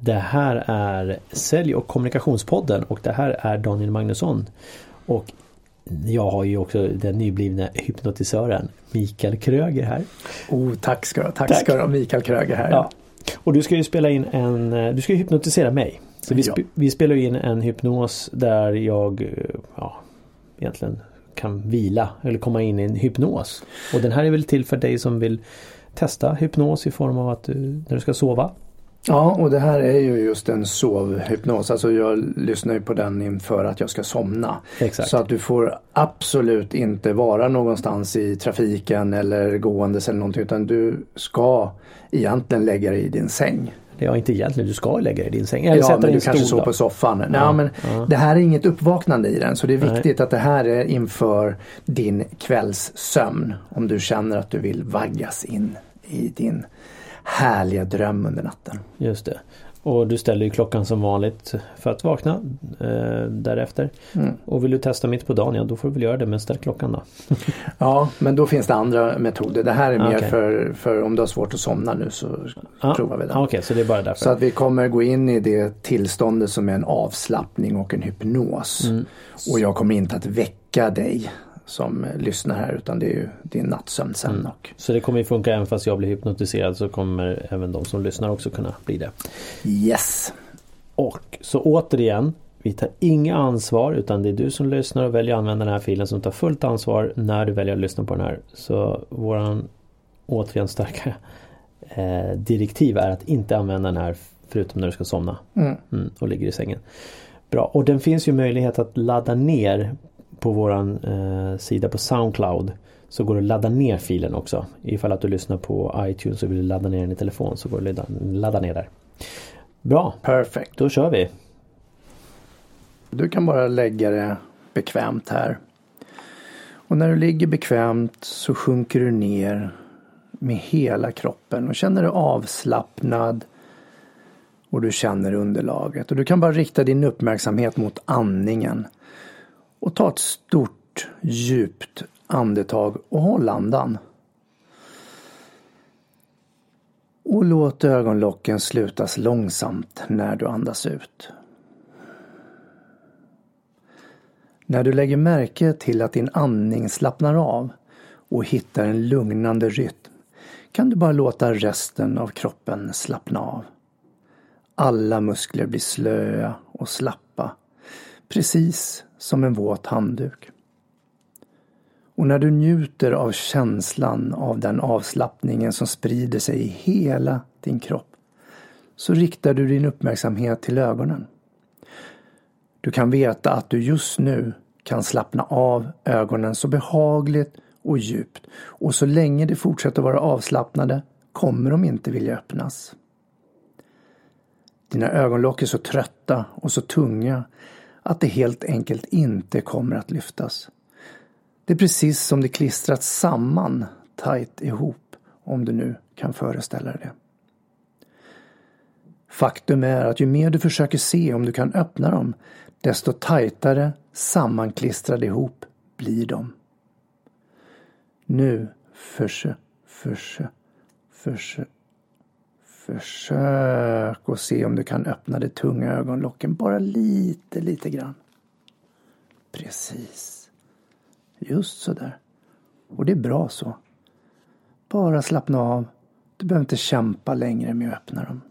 Det här är Sälj- och kommunikationspodden och det här är Daniel Magnusson. Och jag har ju också den nyblivna hypnotisören Mikael Kröger här. Tack ska du ha, Mikael Kröger här. Ja. Och du ska ju spela in du ska ju hypnotisera mig. Så vi spelar in en hypnos där jag egentligen kan vila eller komma in i en hypnos. Och den här är väl till för dig som vill testa hypnos i form av att när du ska sova. Ja, och det här är ju just en sovhypnos. Alltså jag lyssnar ju på den inför att jag ska somna. Exakt. Så att du får absolut inte vara någonstans i trafiken eller gåendes eller någonting, utan du ska egentligen lägga dig i din säng. Ja, inte egentligen. Du ska lägga dig i din säng. Eller ja, sätta men dig du kanske stol så på soffan. Nej, men det här är inget uppvaknande i den. Så det är viktigt att det här är inför din kvällssömn. Om du känner att du vill vaggas in i din härliga dröm under natten. Just det. Och du ställer ju klockan som vanligt för att vakna därefter. Och vill du testa mitt på dagen, ja, då får du väl göra det, men ställ klockan då. Ja, men då finns det andra metoder. Det här är mer för om du har svårt att somna nu, så provar vi det. Okej, så det är bara därför. Så att vi kommer gå in i det tillståndet som är en avslappning och en hypnos. Och jag kommer inte att väcka dig som lyssnar här, utan det är ju din nattsömn sen. Så det kommer ju funka även fast jag blir hypnotiserad, så kommer även de som lyssnar också kunna bli det. Yes. Och så återigen, vi tar inga ansvar, utan det är du som lyssnar och väljer att använda den här filen som tar fullt ansvar när du väljer att lyssna på den här. Så våran återigen starka direktiv är att inte använda den här förutom när du ska somna och ligger i sängen. Bra, och den finns ju möjlighet att ladda ner på våran sida på SoundCloud, så går det att ladda ner filen också. Ifall att du lyssnar på iTunes och vill ladda ner den i telefon, så går det att ladda ner där. Bra. Perfekt. Då kör vi. Du kan bara lägga det bekvämt här. Och när du ligger bekvämt så sjunker du ner med hela kroppen och känner dig avslappnad. Och du känner underlaget. Och du kan bara rikta din uppmärksamhet mot andningen. Och ta ett stort, djupt andetag och håll andan. Och låt ögonlocken slutas långsamt när du andas ut. När du lägger märke till att din andning slappnar av och hittar en lugnande rytm, kan du bara låta resten av kroppen slappna av. Alla muskler blir slöa och slappa, precis som en våt handduk. Och när du njuter av känslan av den avslappningen som sprider sig i hela din kropp, så riktar du din uppmärksamhet till ögonen. Du kan veta att du just nu kan slappna av ögonen så behagligt och djupt. Och så länge de fortsätter vara avslappnade kommer de inte vilja öppnas. Dina ögonlock är så trötta och så tunga att det helt enkelt inte kommer att lyftas. Det är precis som det klistrats samman tajt ihop, om du nu kan föreställa dig det. Faktum är att ju mer du försöker se om du kan öppna dem, desto tajtare sammanklistrade ihop blir de. Nu försök och se om du kan öppna de tunga ögonlocken bara lite grann. Precis. Just så där. Och det är bra så. Bara slappna av. Du behöver inte kämpa längre med att öppna dem.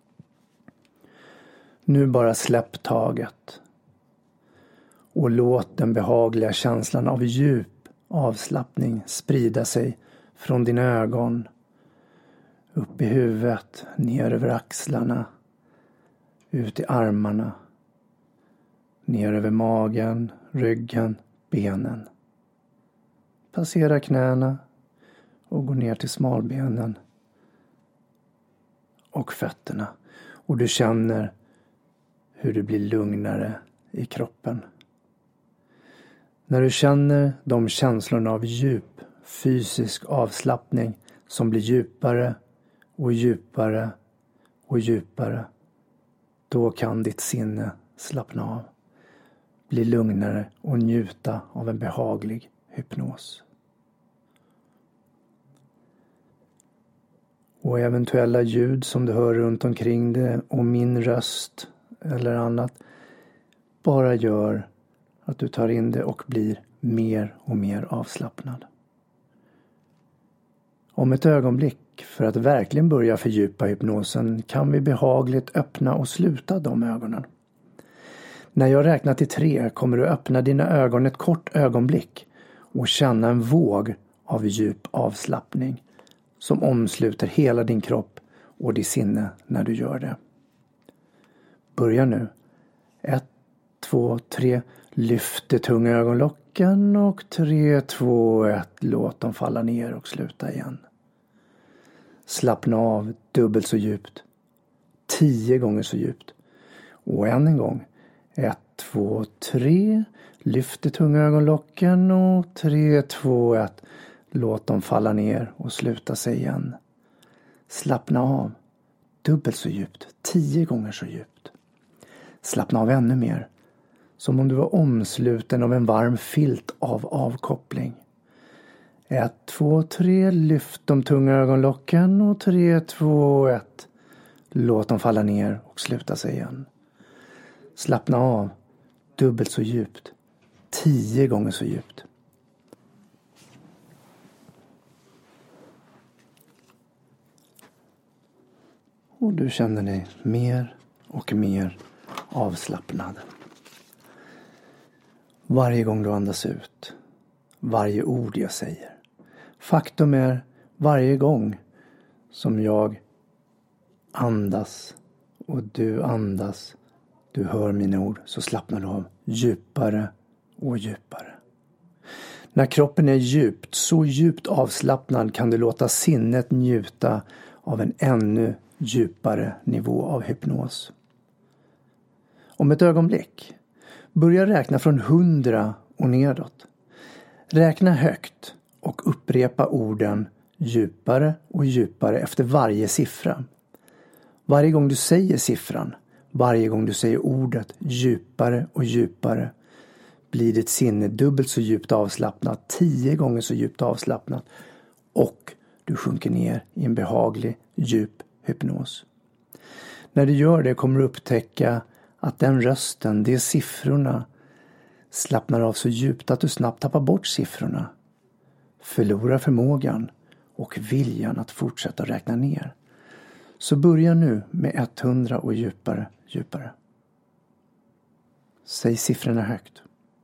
Nu bara släpp taget. Och låt den behagliga känslan av djup avslappning sprida sig från dina ögon, upp i huvudet, ner över axlarna, ut i armarna, ner över magen, ryggen, benen. Passera knäna och gå ner till smalbenen och fötterna. Och du känner hur du blir lugnare i kroppen. När du känner de känslorna av djup fysisk avslappning som blir djupare och djupare och djupare, då kan ditt sinne slappna av, bli lugnare och njuta av en behaglig hypnos. Och eventuella ljud som du hör runt omkring dig och min röst eller annat bara gör att du tar in det och blir mer och mer avslappnad. Om ett ögonblick, för att verkligen börja fördjupa hypnosen, kan vi behagligt öppna och sluta de ögonen. När jag räknar till 3 kommer du öppna dina ögon ett kort ögonblick och känna en våg av djup avslappning som omsluter hela din kropp och ditt sinne när du gör det. Börja nu. 1, 2, 3. Lyft de tunga ögonlocken och 3, 2, 1. Låt dem falla ner och sluta igen. Slappna av dubbelt så djupt. 10 gånger så djupt. Och än en gång. 1, 2, 3. Lyft de tunga ögonlocken och 3, 2, 1. Låt dem falla ner och sluta sig igen. Slappna av dubbelt så djupt. 10 gånger så djupt. Slappna av ännu mer. Som om du var omsluten av en varm filt av avkoppling. 1, 2, 3. Lyft de tunga ögonlocken och 3, 2, 1. Låt dem falla ner och sluta sig igen. Slappna av dubbelt så djupt. 10 gånger så djupt. Och du känner dig mer och mer avslappnad. Varje gång du andas ut. Varje ord jag säger. Faktum är, varje gång som jag andas och du andas, du hör mina ord, så slappnar du av djupare och djupare. När kroppen är djupt, så djupt avslappnad, kan du låta sinnet njuta av en ännu djupare nivå av hypnos. Om ett ögonblick, börja räkna från 100 och nedåt. Räkna högt och upprepa orden djupare och djupare efter varje siffra. Varje gång du säger siffran, varje gång du säger ordet djupare och djupare, blir ditt sinne dubbelt så djupt avslappnat, 10 gånger så djupt avslappnat, och du sjunker ner i en behaglig, djup hypnos. När du gör det kommer du upptäcka att den rösten, de siffrorna, slappnar av så djupt att du snabbt tappar bort siffrorna, förlorar förmågan och viljan att fortsätta räkna ner. Så börja nu med 100 och djupare, djupare. Säg siffrorna högt.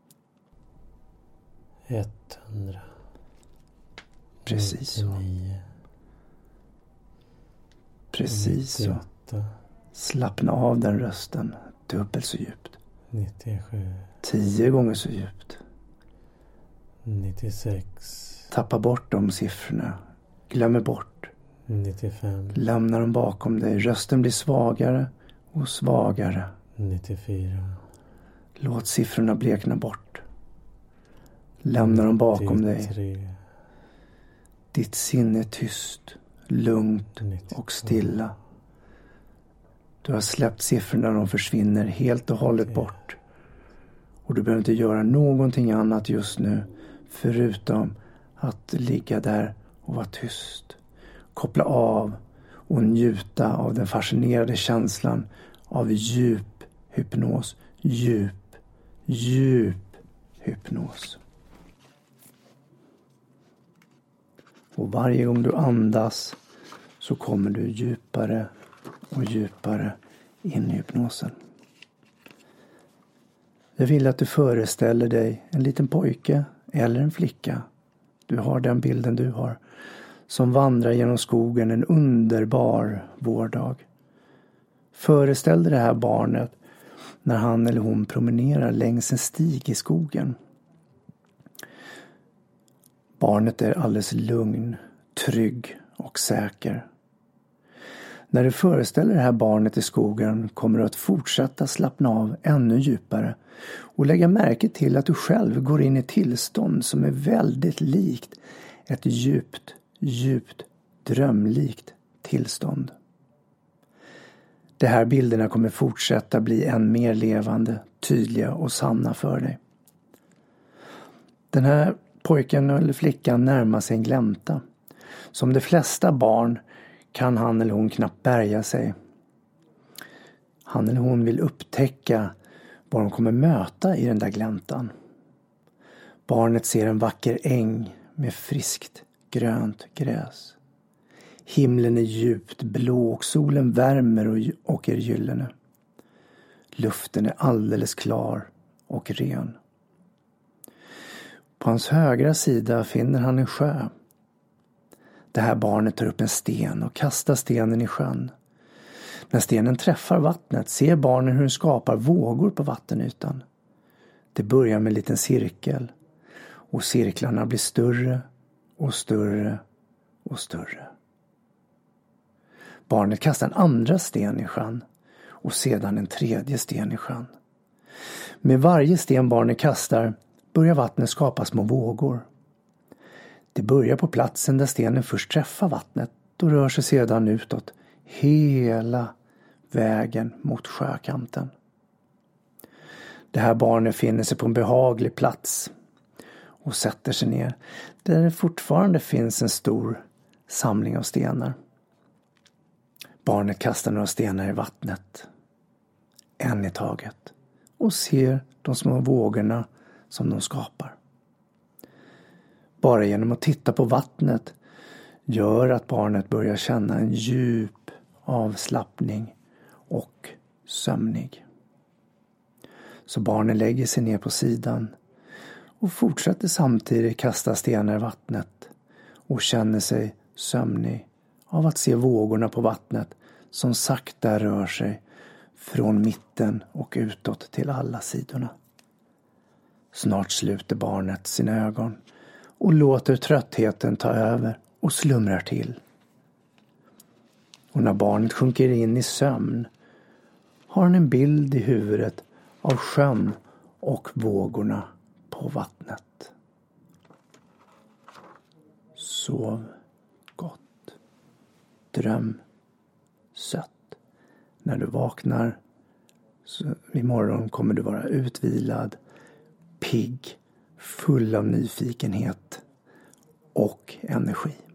100. Precis så. 99. Precis 98. så. Slappna av den rösten dubbelt så djupt. 97. 10 gånger så djupt. 96. Tappa bort de siffrorna. Glömmer bort. 95. Lämna dem bakom dig. Rösten blir svagare och svagare. 94. Låt siffrorna blekna bort. Lämna dem bakom 93. dig. Ditt sinne är tyst, lugnt 92. och stilla. Du har släppt siffrorna, de försvinner helt och hållet bort. Och du behöver inte göra någonting annat just nu förutom att ligga där och vara tyst. Koppla av och njuta av den fascinerande känslan av djup hypnos. Djup, djup hypnos. Och varje gång du andas så kommer du djupare och djupare in i hypnosen. Jag vill att du föreställer dig en liten pojke eller en flicka. Du har den bilden du har. Som vandrar genom skogen en underbar vårdag. Föreställ dig det här barnet när han eller hon promenerar längs en stig i skogen. Barnet är alldeles lugn, trygg och säker. När du föreställer det här barnet i skogen kommer du att fortsätta slappna av ännu djupare och lägga märke till att du själv går in i ett tillstånd som är väldigt likt ett djupt, djupt drömlikt tillstånd. De här bilderna kommer fortsätta bli än mer levande, tydliga och sanna för dig. Den här pojken eller flickan närmar sig en glänta. Som de flesta barn kan han eller hon knappt bärga sig. Han eller hon vill upptäcka vad de kommer möta i den där gläntan. Barnet ser en vacker äng med friskt grönt gräs. Himlen är djupt blå och solen värmer och är gyllene. Luften är alldeles klar och ren. På hans högra sida finner han en sjö. Det här barnet tar upp en sten och kastar stenen i sjön. När stenen träffar vattnet ser barnen hur den skapar vågor på vattenytan. Det börjar med en liten cirkel och cirklarna blir större och större och större. Barnet kastar en andra sten i sjön och sedan en tredje sten i sjön. Med varje sten barnet kastar börjar vattnet skapa små vågor. Det börjar på platsen där stenen först träffar vattnet och rör sig sedan utåt hela vägen mot sjökanten. Det här barnet finner sig på en behaglig plats och sätter sig ner där det fortfarande finns en stor samling av stenar. Barnet kastar några stenar i vattnet, en i taget, och ser de små vågorna som de skapar. Bara genom att titta på vattnet gör att barnet börjar känna en djup avslappning och sömnig. Så barnet lägger sig ner på sidan och fortsätter samtidigt kasta stenar i vattnet och känner sig sömnig av att se vågorna på vattnet som sakta rör sig från mitten och utåt till alla sidorna. Snart sluter barnet sina ögon och låter tröttheten ta över och slumrar till. Och när barnet sjunker in i sömn har han en bild i huvudet av sjön och vågorna på vattnet. Sov gott. Dröm sött. När du vaknar så imorgon kommer du vara utvilad, pigg, full av nyfikenhet och energi.